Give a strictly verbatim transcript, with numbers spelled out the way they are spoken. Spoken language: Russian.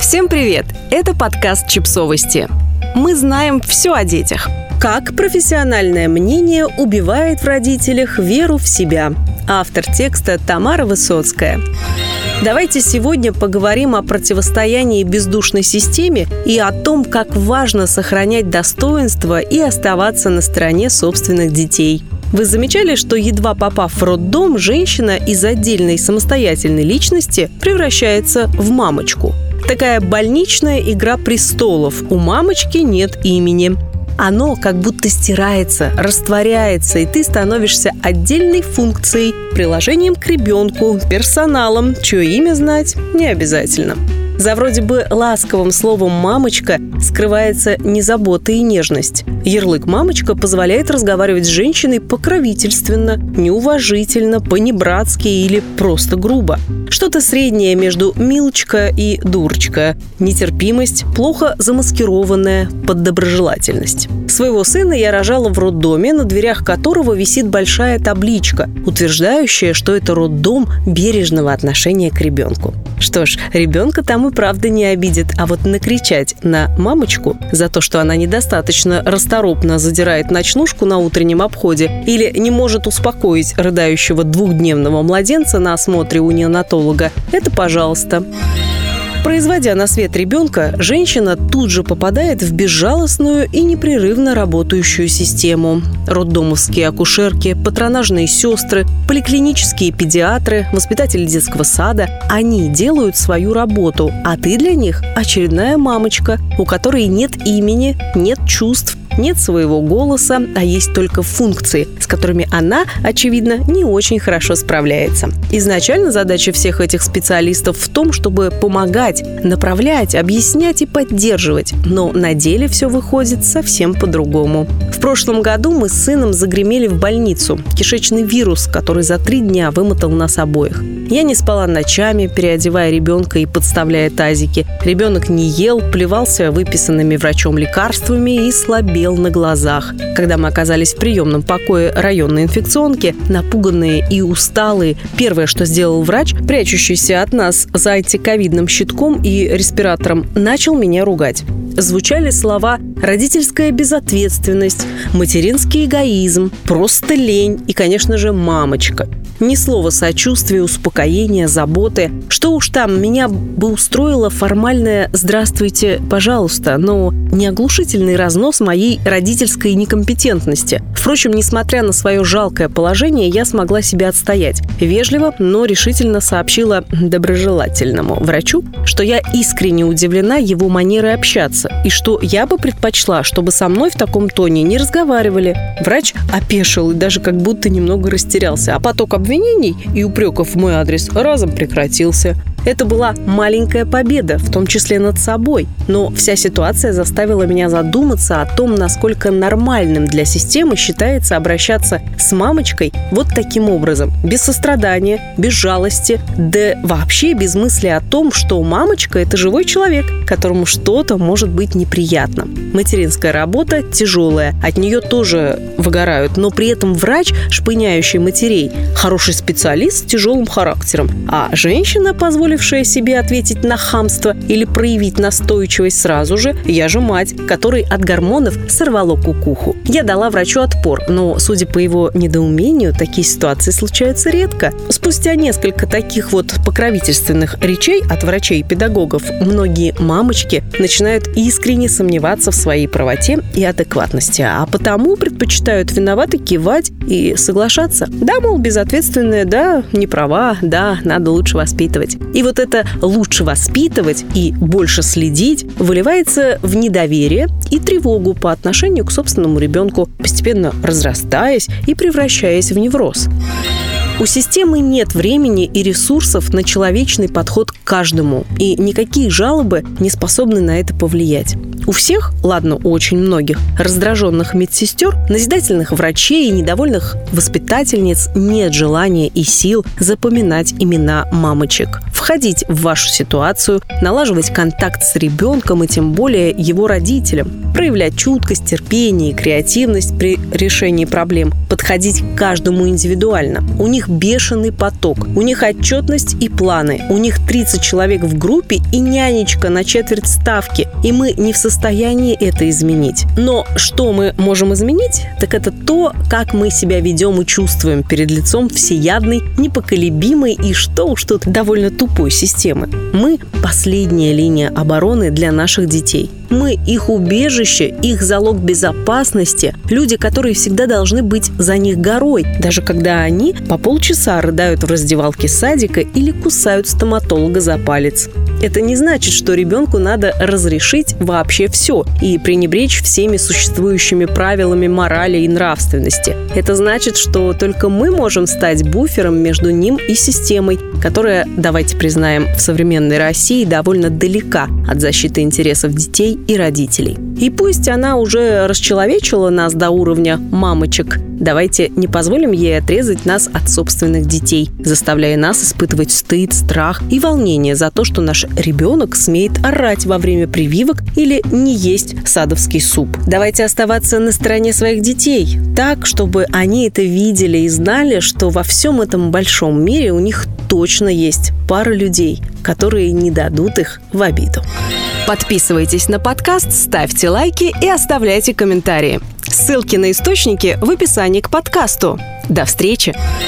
Всем привет! Это подкаст «Чипсовости». Мы знаем все о детях. Как профессиональное мнение убивает в родителях веру в себя. Автор текста Тамара Высоцкая. Давайте сегодня поговорим о противостоянии бездушной системе и о том, как важно сохранять достоинство и оставаться на стороне собственных детей. Вы замечали, что едва попав в роддом, женщина из отдельной самостоятельной личности превращается в мамочку? Такая больничная игра престолов. У мамочки нет имени. Оно как будто стирается, растворяется, и ты становишься отдельной функцией, приложением к ребенку, персоналом, чье имя знать не обязательно. За вроде бы ласковым словом «мамочка» скрывается незабота и нежность. Ярлык «мамочка» позволяет разговаривать с женщиной покровительственно, неуважительно, по-небратски или просто грубо. Что-то среднее между «милочка» и «дурочка». Нетерпимость, плохо замаскированная под доброжелательность. Своего сына я рожала в роддоме, на дверях которого висит большая табличка, утверждающая, что это роддом бережного отношения к ребенку. Что ж, ребенка там и правда не обидит, а вот накричать на мамочку за то, что она недостаточно расторопно задирает ночнушку на утреннем обходе или не может успокоить рыдающего двухдневного младенца на осмотре у неонатолога, это пожалуйста. Производя на свет ребенка, женщина тут же попадает в безжалостную и непрерывно работающую систему. Роддомовские акушерки, патронажные сестры, поликлинические педиатры, воспитатели детского сада – они делают свою работу, а ты для них – очередная мамочка, у которой нет имени, нет чувств, нет своего голоса, а есть только функции, с которыми она, очевидно, не очень хорошо справляется. Изначально задача всех этих специалистов в том, чтобы помогать, направлять, объяснять и поддерживать. Но на деле все выходит совсем по-другому. В прошлом году мы с сыном загремели в больницу. Кишечный вирус, который за три дня вымотал нас обоих. Я не спала ночами, переодевая ребенка и подставляя тазики. Ребенок не ел, плевался выписанными врачом лекарствами и слабел на глазах. Когда мы оказались в приемном покое районной инфекционки, напуганные и усталые, первое, что сделал врач, прячущийся от нас за антиковидным щитком и респиратором, начал меня ругать. Звучали слова «родительская безответственность», «материнский эгоизм», «просто лень» и, конечно же, «мамочка». Ни слова сочувствия, успокоения, заботы. Что уж там, меня бы устроило формальное «здравствуйте, пожалуйста», но не оглушительный разнос моей родительской некомпетентности. Впрочем, несмотря на свое жалкое положение, я смогла себя отстоять. Вежливо, но решительно сообщила доброжелательному врачу, что я искренне удивлена его манерой общаться, и что я бы предпочла, чтобы со мной в таком тоне не разговаривали. Врач опешил и даже как будто немного растерялся, а поток обвинений и упреков в мой адрес разом прекратился. Это была маленькая победа, в том числе над собой. Но вся ситуация заставила меня задуматься о том, насколько нормальным для системы считается обращаться с мамочкой вот таким образом. Без сострадания, без жалости, да вообще без мысли о том, что мамочка – это живой человек, которому что-то может быть неприятно. Материнская работа тяжелая, от нее тоже выгорают, но при этом врач, шпыняющий матерей, хороший специалист с тяжелым характером, а женщина, позволившая себе ответить на хамство или проявить настойчивость сразу же, я же мать, которой от гормонов сорвало кукуху. Я дала врачу отпор, но, судя по его недоумению, такие ситуации случаются редко. Спустя несколько таких вот покровительственных речей от врачей и педагогов многие мамочки начинают искренне сомневаться в своей правоте и адекватности, а потому предпочитают виновато кивать и соглашаться. Да, мол, безответственная, да, не права, да, надо лучше воспитывать. И вот это «лучше воспитывать» и «больше следить» выливается в недоверие и тревогу по отношению к собственному ребенку, постепенно разрастаясь и превращаясь в невроз. У системы нет времени и ресурсов на человечный подход к каждому, и никакие жалобы не способны на это повлиять. У всех, ладно, у очень многих, раздраженных медсестер, назидательных врачей и недовольных воспитательниц нет желания и сил запоминать имена мамочек. входить в вашу ситуацию, налаживать контакт с ребенком и тем более его родителям, проявлять чуткость, терпение и креативность при решении проблем, подходить к каждому индивидуально. У них бешеный поток, у них отчетность и планы, у них тридцать человек в группе и нянечка на четверть ставки, и мы не в состоянии это изменить. Но что мы можем изменить, так это то, как мы себя ведем и чувствуем перед лицом всеядной, непоколебимой и, что уж тут, довольно тупой системы. Мы – последняя линия обороны для наших детей. Мы – их убежище, их залог безопасности, люди, которые всегда должны быть за них горой, даже когда они по полчаса рыдают в раздевалке садика или кусают стоматолога за палец. Это не значит, что ребенку надо разрешить вообще все и пренебречь всеми существующими правилами морали и нравственности. Это значит, что только мы можем стать буфером между ним и системой, которая, давайте признаем, в современной России довольно далека от защиты интересов детей и родителей. И пусть она уже расчеловечила нас до уровня мамочек, давайте не позволим ей отрезать нас от собственных детей, заставляя нас испытывать стыд, страх и волнение за то, что наш ребенок смеет орать во время прививок или не есть садовский суп. Давайте оставаться на стороне своих детей, так, чтобы они это видели и знали, что во всем этом большом мире у них точно есть пара людей, которые не дадут их в обиду. Подписывайтесь на подкаст, ставьте лайки и оставляйте комментарии. Ссылки на источники в описании к подкасту. До встречи!